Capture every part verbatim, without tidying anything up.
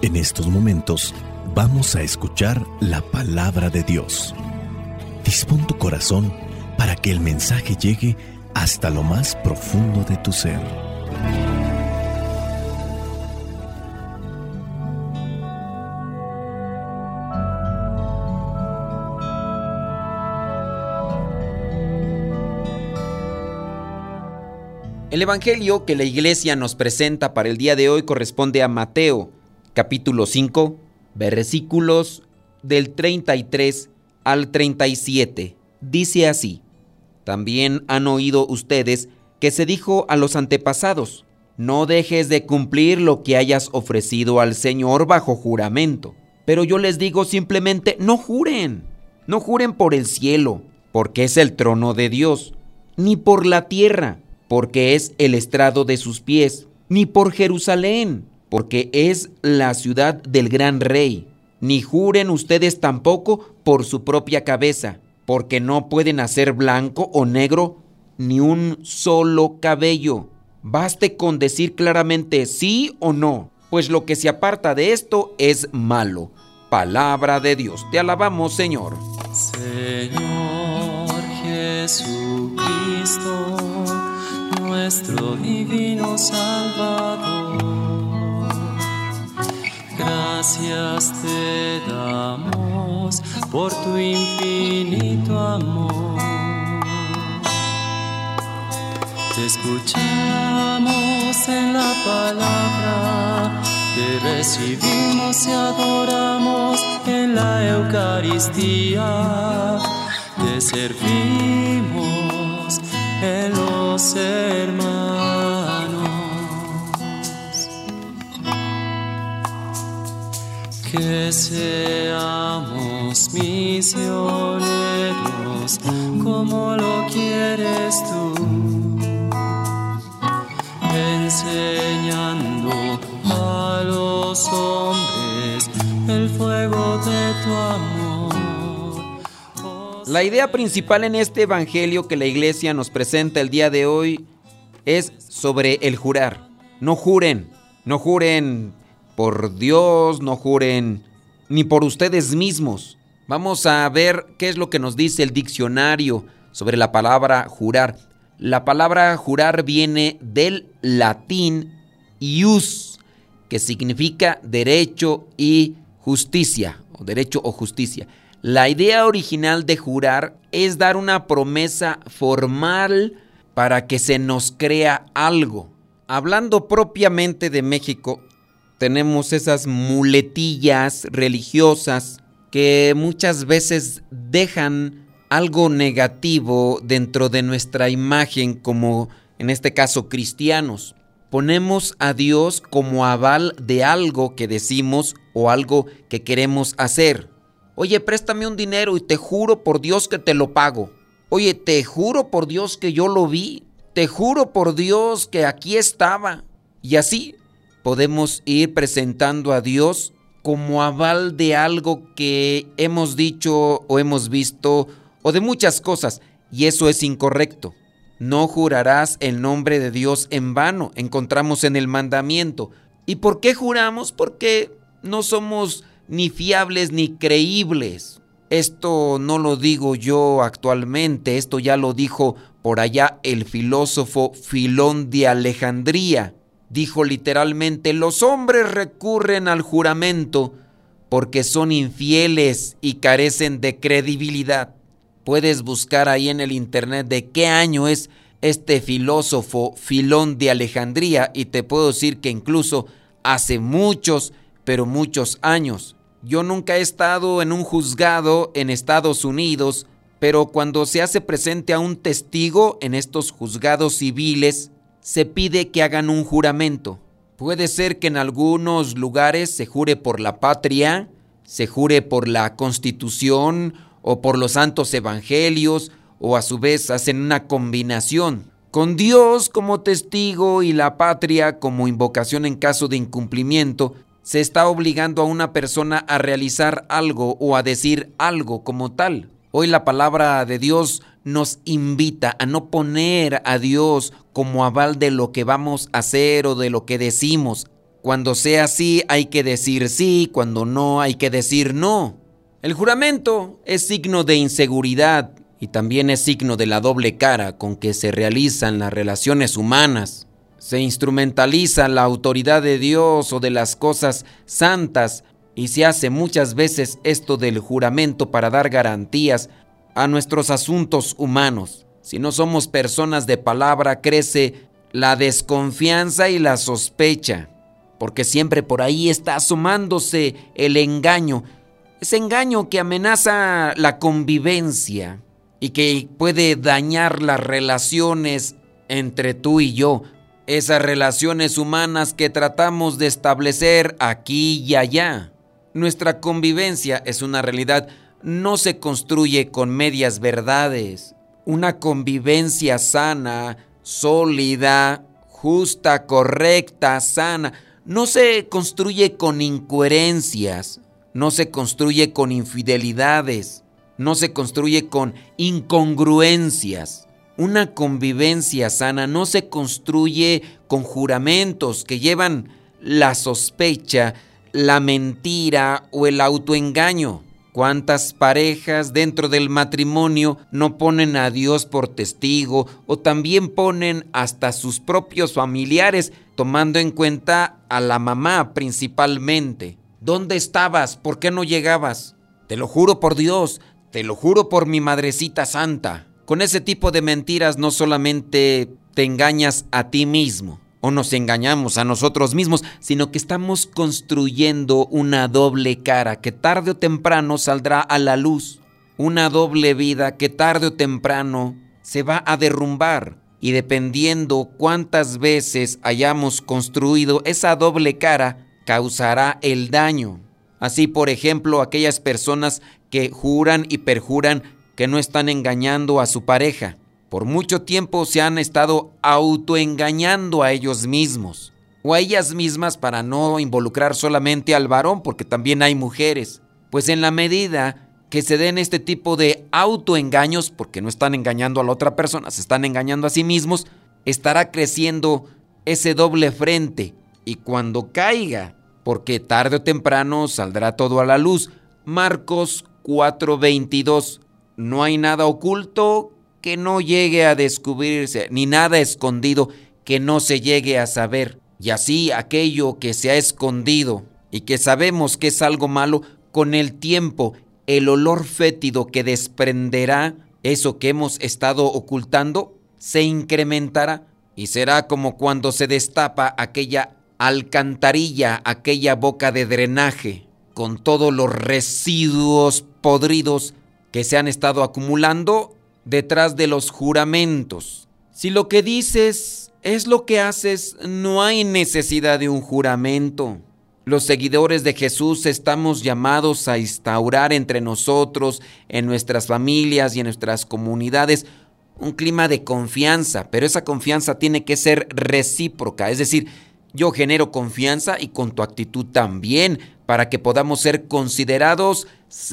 En estos momentos vamos a escuchar la palabra de Dios. Dispón tu corazón para que el mensaje llegue hasta lo más profundo de tu ser. El evangelio que la iglesia nos presenta para el día de hoy corresponde a Mateo, capítulo cinco, versículos del treinta y tres al treinta y siete. Dice así: También han oído ustedes que se dijo a los antepasados: no dejes de cumplir lo que hayas ofrecido al Señor bajo juramento. Pero yo les digo simplemente: no juren. No juren por el cielo, porque es el trono de Dios, ni por la tierra, porque es el estrado de sus pies, ni por Jerusalén, porque es la ciudad del gran rey. Ni juren ustedes tampoco por su propia cabeza, porque no pueden hacer blanco o negro ni un solo cabello. Baste con decir claramente sí o no, pues lo que se aparta de esto es malo. Palabra de Dios. Te alabamos, Señor. Señor Jesucristo, nuestro divino Salvador, gracias te damos por tu infinito amor. Te escuchamos en la palabra, te recibimos y adoramos en la Eucaristía, te servimos en los hermanos. Que seamos misioneros como lo quieres tú, enseñando a los hombres el fuego de tu amor. La idea principal en este evangelio que la iglesia nos presenta el día de hoy es sobre el jurar. No juren, no juren por Dios, no juren ni por ustedes mismos. Vamos a ver qué es lo que nos dice el diccionario sobre la palabra jurar. La palabra jurar viene del latín ius, que significa derecho y justicia, o derecho o justicia. La idea original de jurar es dar una promesa formal para que se nos crea algo. Hablando propiamente de México, tenemos esas muletillas religiosas que muchas veces dejan algo negativo dentro de nuestra imagen, como en este caso cristianos. Ponemos a Dios como aval de algo que decimos o algo que queremos hacer. Oye, préstame un dinero y te juro por Dios que te lo pago. Oye, te juro por Dios que yo lo vi. Te juro por Dios que aquí estaba. Y así podemos ir presentando a Dios como aval de algo que hemos dicho o hemos visto, o de muchas cosas, y eso es incorrecto. No jurarás el nombre de Dios en vano, encontramos en el mandamiento. ¿Y por qué juramos? Porque no somos ni fiables ni creíbles. Esto no lo digo yo actualmente, esto ya lo dijo por allá el filósofo Filón de Alejandría. Dijo literalmente: los hombres recurren al juramento porque son infieles y carecen de credibilidad. Puedes buscar ahí en el internet de qué año es este filósofo Filón de Alejandría y te puedo decir que incluso hace muchos, pero muchos años. Yo nunca he estado en un juzgado en Estados Unidos, pero cuando se hace presente a un testigo en estos juzgados civiles, se pide que hagan un juramento. Puede ser que en algunos lugares se jure por la patria, se jure por la Constitución o por los santos evangelios, o a su vez hacen una combinación, con Dios como testigo y la patria como invocación en caso de incumplimiento. Se está obligando a una persona a realizar algo o a decir algo como tal. Hoy la palabra de Dios nos invita a no poner a Dios como aval de lo que vamos a hacer o de lo que decimos. cuando sea sí hay que decir sí, cuando no hay que decir no. El juramento es signo de inseguridad y también es signo de la doble cara con que se realizan las relaciones humanas. Se instrumentaliza la autoridad de Dios o de las cosas santas y se hace muchas veces esto del juramento para dar garantías a nuestros asuntos humanos. Si no somos personas de palabra, crece la desconfianza y la sospecha, porque siempre por ahí está asomándose el engaño, ese engaño que amenaza la convivencia y que puede dañar las relaciones entre tú y yo, esas relaciones humanas que tratamos de establecer aquí y allá. Nuestra convivencia es una realidad, no se construye con medias verdades. Una convivencia sana, sólida, justa, correcta, sana, no se construye con incoherencias, no se construye con infidelidades, no se construye con incongruencias. Una convivencia sana no se construye con juramentos que llevan la sospecha, la mentira o el autoengaño. ¿Cuántas parejas dentro del matrimonio no ponen a Dios por testigo o también ponen hasta sus propios familiares, tomando en cuenta a la mamá principalmente? ¿Dónde estabas? ¿Por qué no llegabas? Te lo juro por Dios, te lo juro por mi madrecita santa. Con ese tipo de mentiras no solamente te engañas a ti mismo o nos engañamos a nosotros mismos, sino que estamos construyendo una doble cara que tarde o temprano saldrá a la luz. Una doble vida que tarde o temprano se va a derrumbar. Y dependiendo cuántas veces hayamos construido esa doble cara, causará el daño. Así, por ejemplo, aquellas personas que juran y perjuran que no están engañando a su pareja. Por mucho tiempo se han estado autoengañando a ellos mismos o a ellas mismas para no involucrar solamente al varón, porque también hay mujeres. Pues en la medida que se den este tipo de autoengaños, porque no están engañando a la otra persona, se están engañando a sí mismos, estará creciendo ese doble frente. Y cuando caiga, porque tarde o temprano saldrá todo a la luz. Marcos cuatro veintidós. No hay nada oculto que no llegue a descubrirse, ni nada escondido que no se llegue a saber. Y así aquello que se ha escondido y que sabemos que es algo malo, con el tiempo el olor fétido que desprenderá eso que hemos estado ocultando se incrementará y será como cuando se destapa aquella alcantarilla, aquella boca de drenaje, con todos los residuos podridos que se han estado acumulando detrás de los juramentos. Si lo que dices es lo que haces, no hay necesidad de un juramento. Los seguidores de Jesús estamos llamados a instaurar entre nosotros, en nuestras familias y en nuestras comunidades, un clima de confianza, pero esa confianza tiene que ser recíproca, es decir, yo genero confianza y con tu actitud también, para que podamos ser considerados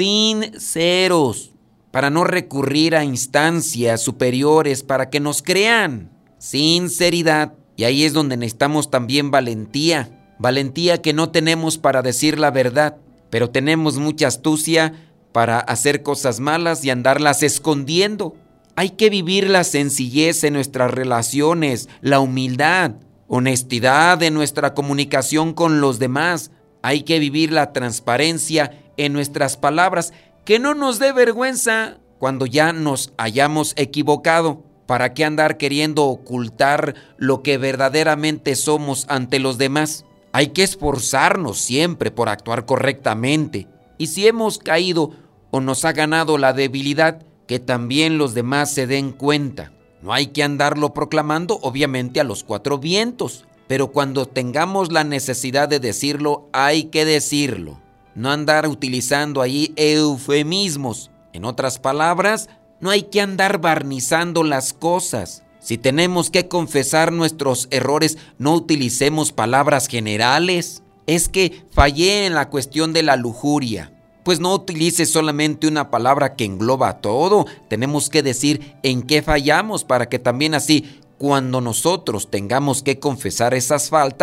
sinceros, para no recurrir a instancias superiores para que nos crean. Sinceridad. Y ahí es donde necesitamos también valentía. Valentía que no tenemos para decir la verdad, pero tenemos mucha astucia para hacer cosas malas y andarlas escondiendo. Hay que vivir la sencillez en nuestras relaciones, la humildad, honestidad en nuestra comunicación con los demás. Hay que vivir la transparencia en nuestras palabras, que no nos dé vergüenza cuando ya nos hayamos equivocado. ¿Para qué andar queriendo ocultar lo que verdaderamente somos ante los demás? Hay que esforzarnos siempre por actuar correctamente. Y si hemos caído o nos ha ganado la debilidad, que también los demás se den cuenta. No hay que andarlo proclamando, obviamente, a los cuatro vientos. Pero cuando tengamos la necesidad de decirlo, hay que decirlo. No andar utilizando ahí eufemismos. En otras palabras, no hay que andar barnizando las cosas. Si tenemos que confesar nuestros errores, no utilicemos palabras generales. Es que fallé en la cuestión de la lujuria. Pues no utilices solamente una palabra que engloba todo. Tenemos que decir en qué fallamos para que también así, cuando nosotros tengamos que confesar esas faltas,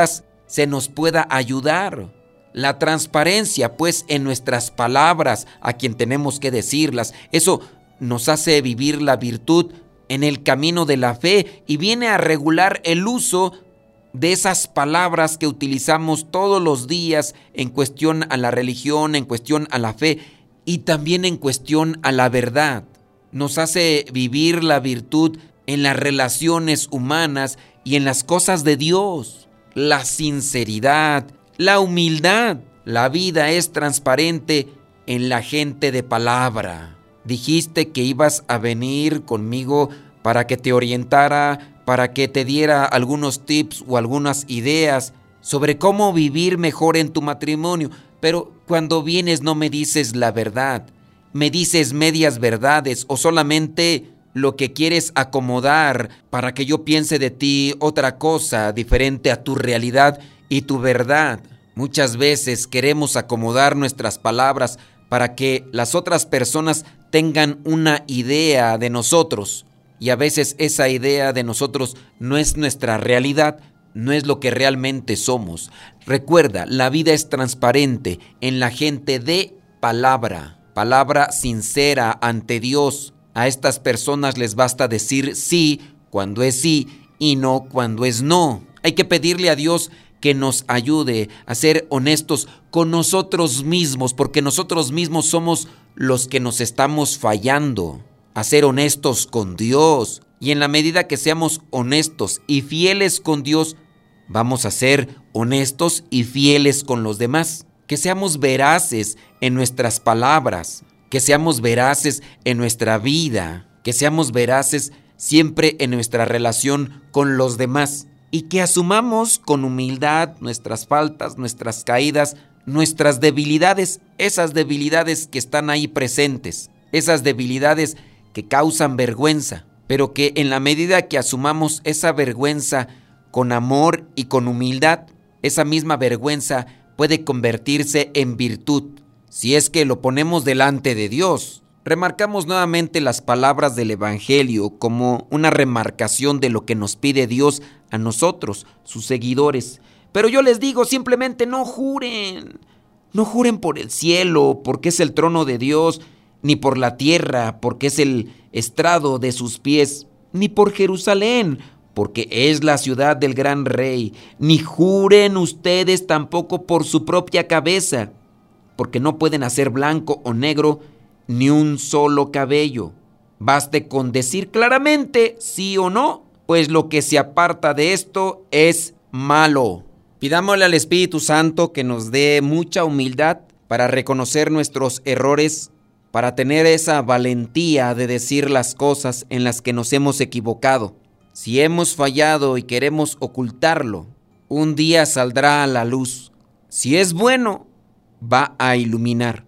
se nos pueda ayudar. La transparencia, pues, en nuestras palabras a quien tenemos que decirlas, eso nos hace vivir la virtud en el camino de la fe y viene a regular el uso de esas palabras que utilizamos todos los días en cuestión a la religión, en cuestión a la fe y también en cuestión a la verdad. Nos hace vivir la virtud en las relaciones humanas y en las cosas de Dios. La sinceridad, la humildad. La vida es transparente en la gente de palabra. Dijiste que ibas a venir conmigo para que te orientara, para que te diera algunos tips o algunas ideas sobre cómo vivir mejor en tu matrimonio. Pero cuando vienes no me dices la verdad, me dices medias verdades o solamente lo que quieres acomodar para que yo piense de ti otra cosa diferente a tu realidad y tu verdad. Muchas veces queremos acomodar nuestras palabras para que las otras personas tengan una idea de nosotros. Y a veces esa idea de nosotros no es nuestra realidad, no es lo que realmente somos. Recuerda, la vida es transparente en la gente de palabra, palabra sincera ante Dios. A estas personas les basta decir sí cuando es sí y no cuando es no. Hay que pedirle a Dios que nos ayude a ser honestos con nosotros mismos, porque nosotros mismos somos los que nos estamos fallando. A ser honestos con Dios. Y en la medida que seamos honestos y fieles con Dios, vamos a ser honestos y fieles con los demás. Que seamos veraces en nuestras palabras, que seamos veraces en nuestra vida, que seamos veraces siempre en nuestra relación con los demás y que asumamos con humildad nuestras faltas, nuestras caídas, nuestras debilidades, esas debilidades que están ahí presentes, esas debilidades que causan vergüenza, pero que en la medida que asumamos esa vergüenza con amor y con humildad, esa misma vergüenza puede convertirse en virtud, si es que lo ponemos delante de Dios. Remarcamos nuevamente las palabras del Evangelio como una remarcación de lo que nos pide Dios a nosotros, sus seguidores. Pero yo les digo, simplemente no juren. No juren por el cielo, porque es el trono de Dios, ni por la tierra, porque es el estrado de sus pies, ni por Jerusalén, porque es la ciudad del gran rey, ni juren ustedes tampoco por su propia cabeza, porque no pueden hacer blanco o negro ni un solo cabello. Baste con decir claramente sí o no, pues lo que se aparta de esto es malo. Pidámosle al Espíritu Santo que nos dé mucha humildad para reconocer nuestros errores, para tener esa valentía de decir las cosas en las que nos hemos equivocado. Si hemos fallado y queremos ocultarlo, un día saldrá a la luz. Si es bueno, va a iluminar.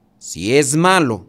Si es malo,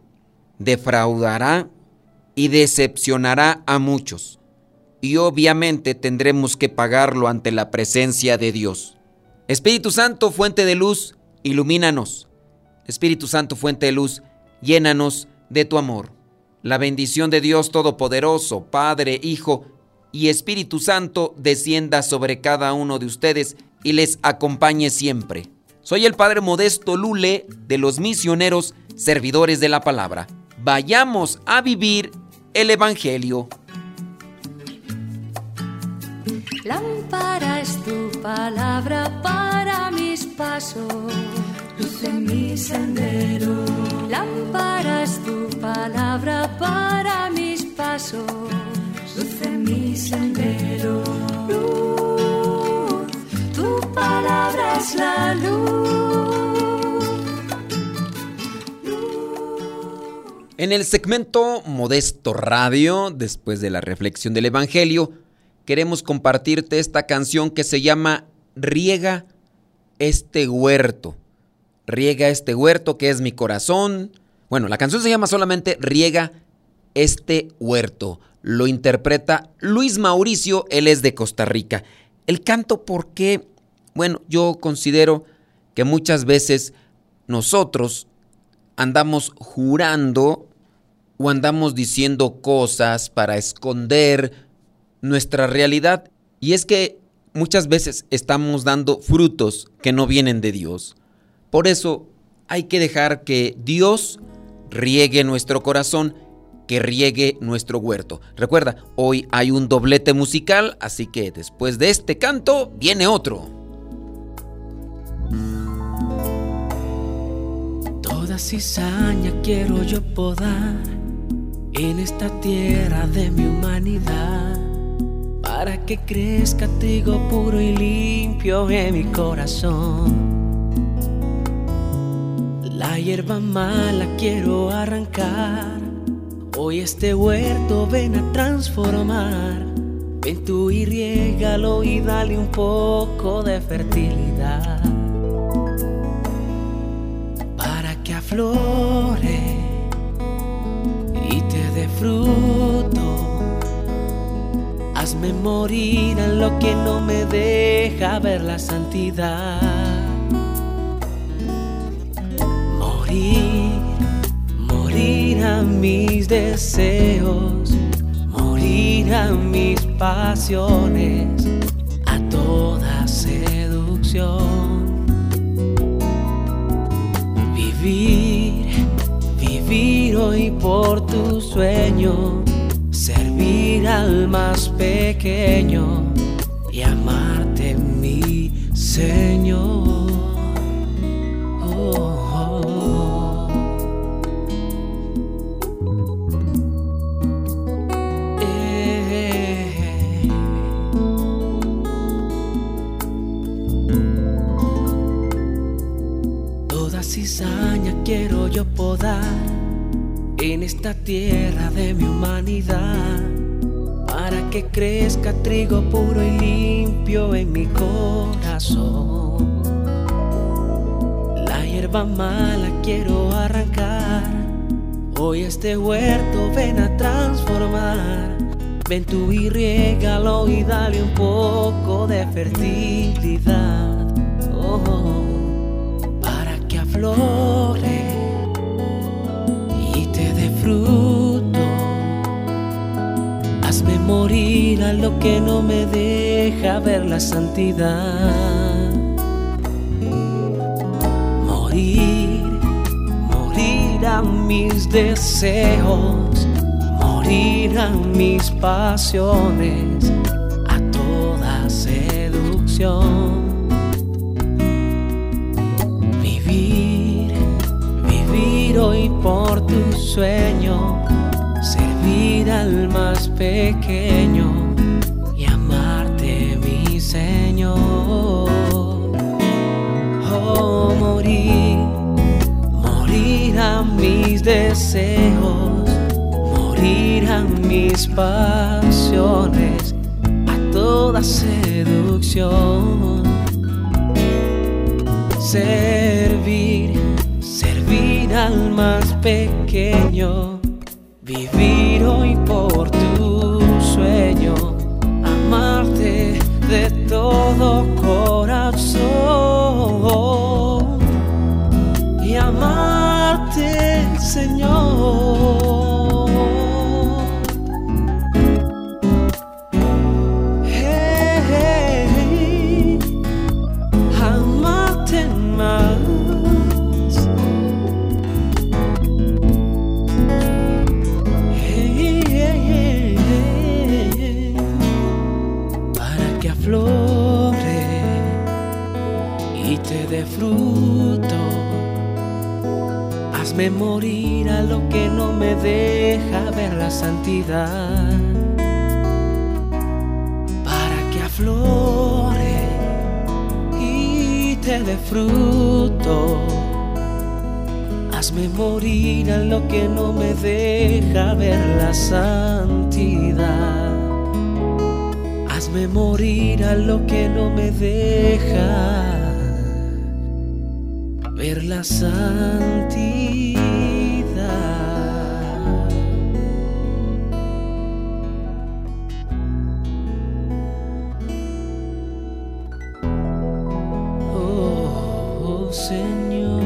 defraudará y decepcionará a muchos. Y obviamente tendremos que pagarlo ante la presencia de Dios. Espíritu Santo, fuente de luz, ilumínanos. Espíritu Santo, fuente de luz, llénanos de tu amor. La bendición de Dios Todopoderoso, Padre, Hijo y Espíritu Santo descienda sobre cada uno de ustedes y les acompañe siempre. Soy el Padre Modesto Lule de los misioneros servidores de la palabra. Vayamos a vivir el Evangelio. Lámpara es tu palabra para mis pasos, luz en mi sendero. Lámpara es tu palabra para mis pasos, luz en mi sendero. Luz, tu palabra es la luz. Luz. En el segmento Modesto Radio, después de la reflexión del Evangelio, queremos compartirte esta canción que se llama Riega este huerto. Riega este huerto que es mi corazón. Bueno, la canción se llama solamente Riega este huerto. Lo interpreta Luis Mauricio, él es de Costa Rica. El canto, ¿por qué? Bueno, yo considero que muchas veces nosotros andamos jurando o andamos diciendo cosas para esconder nuestra realidad. Y es que muchas veces estamos dando frutos que no vienen de Dios. Por eso hay que dejar que Dios riegue nuestro corazón, que riegue nuestro huerto. Recuerda, hoy hay un doblete musical, así que después de este canto viene otro. Toda cizaña quiero yo podar en esta tierra de mi humanidad, para que crezca trigo puro y limpio en mi corazón. La hierba mala quiero arrancar, hoy este huerto ven a transformar. Ven tú y riégalo y dale un poco de fertilidad, para que aflore y te dé fruto. Hazme morir en lo que no me deja ver la santidad. Morir, morir a mis deseos, morir a mis pasiones, a toda seducción. Vivir, vivir hoy por tu sueño, servir al más pequeño y amarte, mi Señor. Oh, oh, oh. Eh. Toda cizaña quiero yo podar en esta tierra de mi humanidad, para que crezca trigo puro y limpio en mi corazón. La hierba mala quiero arrancar, hoy este huerto ven a transformar. Ven tú y riégalo y dale un poco de fertilidad, oh, para que aflore fruto. Hazme morir a lo que no me deja ver la santidad. Morir, morir a mis deseos, morir a mis pasiones, a toda seducción. Hoy por tu sueño, servir al más pequeño y amarte, mi Señor. Oh, morir, morir a mis deseos, morir a mis pasiones, a toda seducción. Servir, servir al más pequeño, vivir hoy por tu sueño, amarte de todo corazón y amarte, Señor. Hey, hey, amarte más. De fruto, hazme morir a lo que no me deja ver la santidad, para que aflore y te dé fruto. Hazme morir a lo que no me deja ver la santidad. Hazme morir a lo que no me deja ver la santidad. Oh, Señor.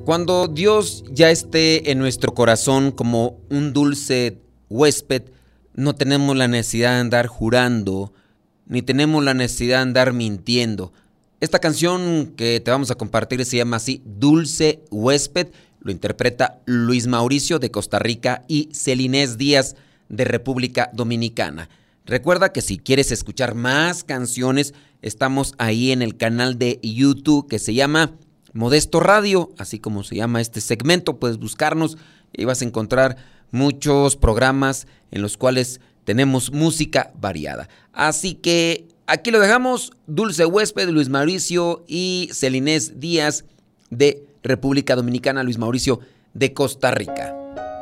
Cuando Dios ya esté en nuestro corazón como un dulce huésped, no tenemos la necesidad de andar jurando, ni tenemos la necesidad de andar mintiendo. Esta canción que te vamos a compartir se llama así, Dulce Huésped. Lo interpreta Luis Mauricio de Costa Rica y Celinés Díaz de República Dominicana. Recuerda que si quieres escuchar más canciones, estamos ahí en el canal de YouTube que se llama Modesto Radio, así como se llama este segmento. Puedes buscarnos y vas a encontrar muchos programas en los cuales tenemos música variada. Así que aquí lo dejamos, Dulce Huésped, Luis Mauricio y Celinés Díaz de República Dominicana, Luis Mauricio de Costa Rica.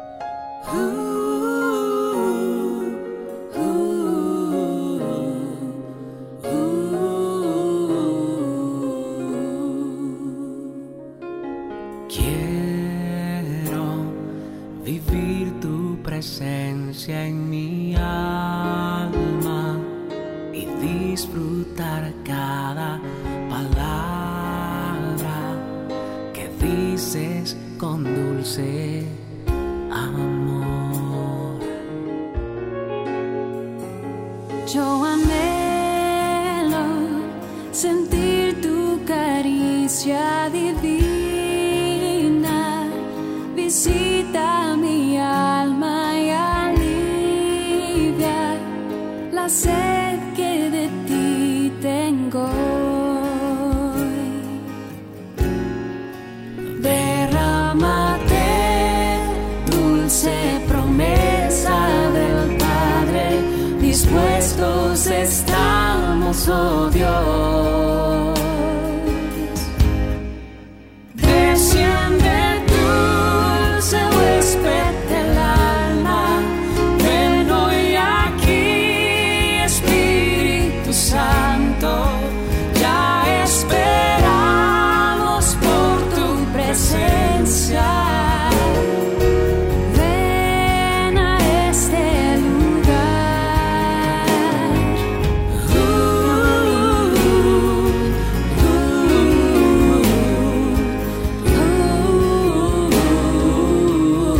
Quiero vivir tu presencia en mi alma y disfrutar cada palabra que dices con dulce amor. Yo anhelo sentir tu caricia divina, visita mi alma y alivia la sed que de ti tengo hoy. Derrámate, dulce promesa del Padre, dispuestos estamos, oh Dios. Desciende, dulce huésped del alma, ven hoy aquí, Espíritu Santo, ya esperamos por tu presencia. Ven a este lugar. Uh, uh, uh,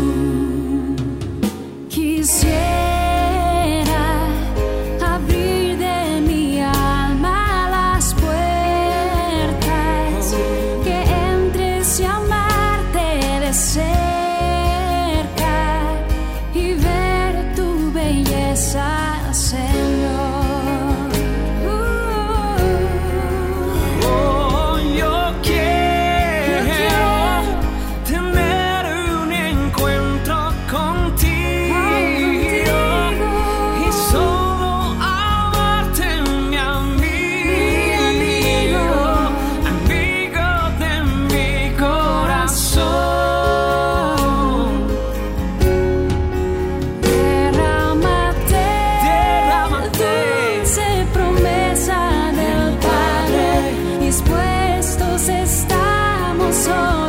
uh. Quisiera abrir de mi alma las puertas, que entres y amarte de cerca y ver tu belleza, Señor. Oh, yo quiero, Yo quiero tener un encuentro contigo, y solo amarte, mi amigo, amigo de mi corazón. Derrámate, Derrámate. dulce promesa del Padre, dispuestos estamos, oh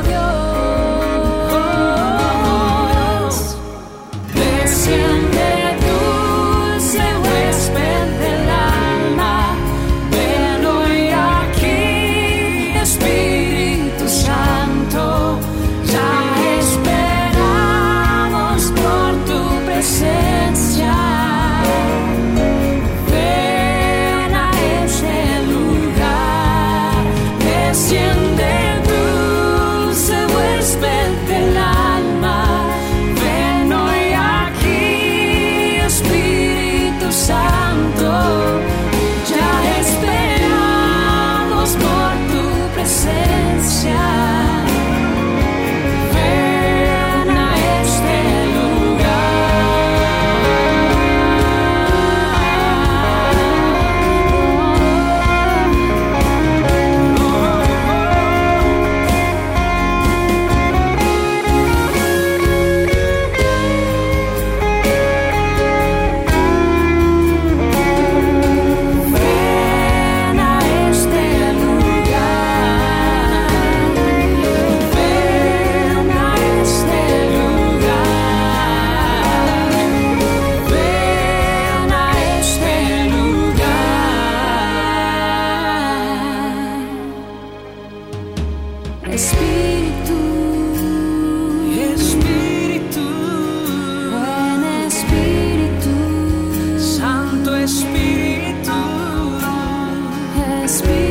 Dios. Desciende, dulce huésped del alma, ven hoy aquí, Espíritu Santo, ya esperamos por tu presencia. Ven a este lugar, desciende, dulce huésped del alma, ven hoy aquí, Espíritu Santo, ya esperamos por tu presencia. Ven a este Ven a este lugar, ven a este lugar, ven a este lugar. Espíritu, Espíritu, ven Espíritu, Spirit.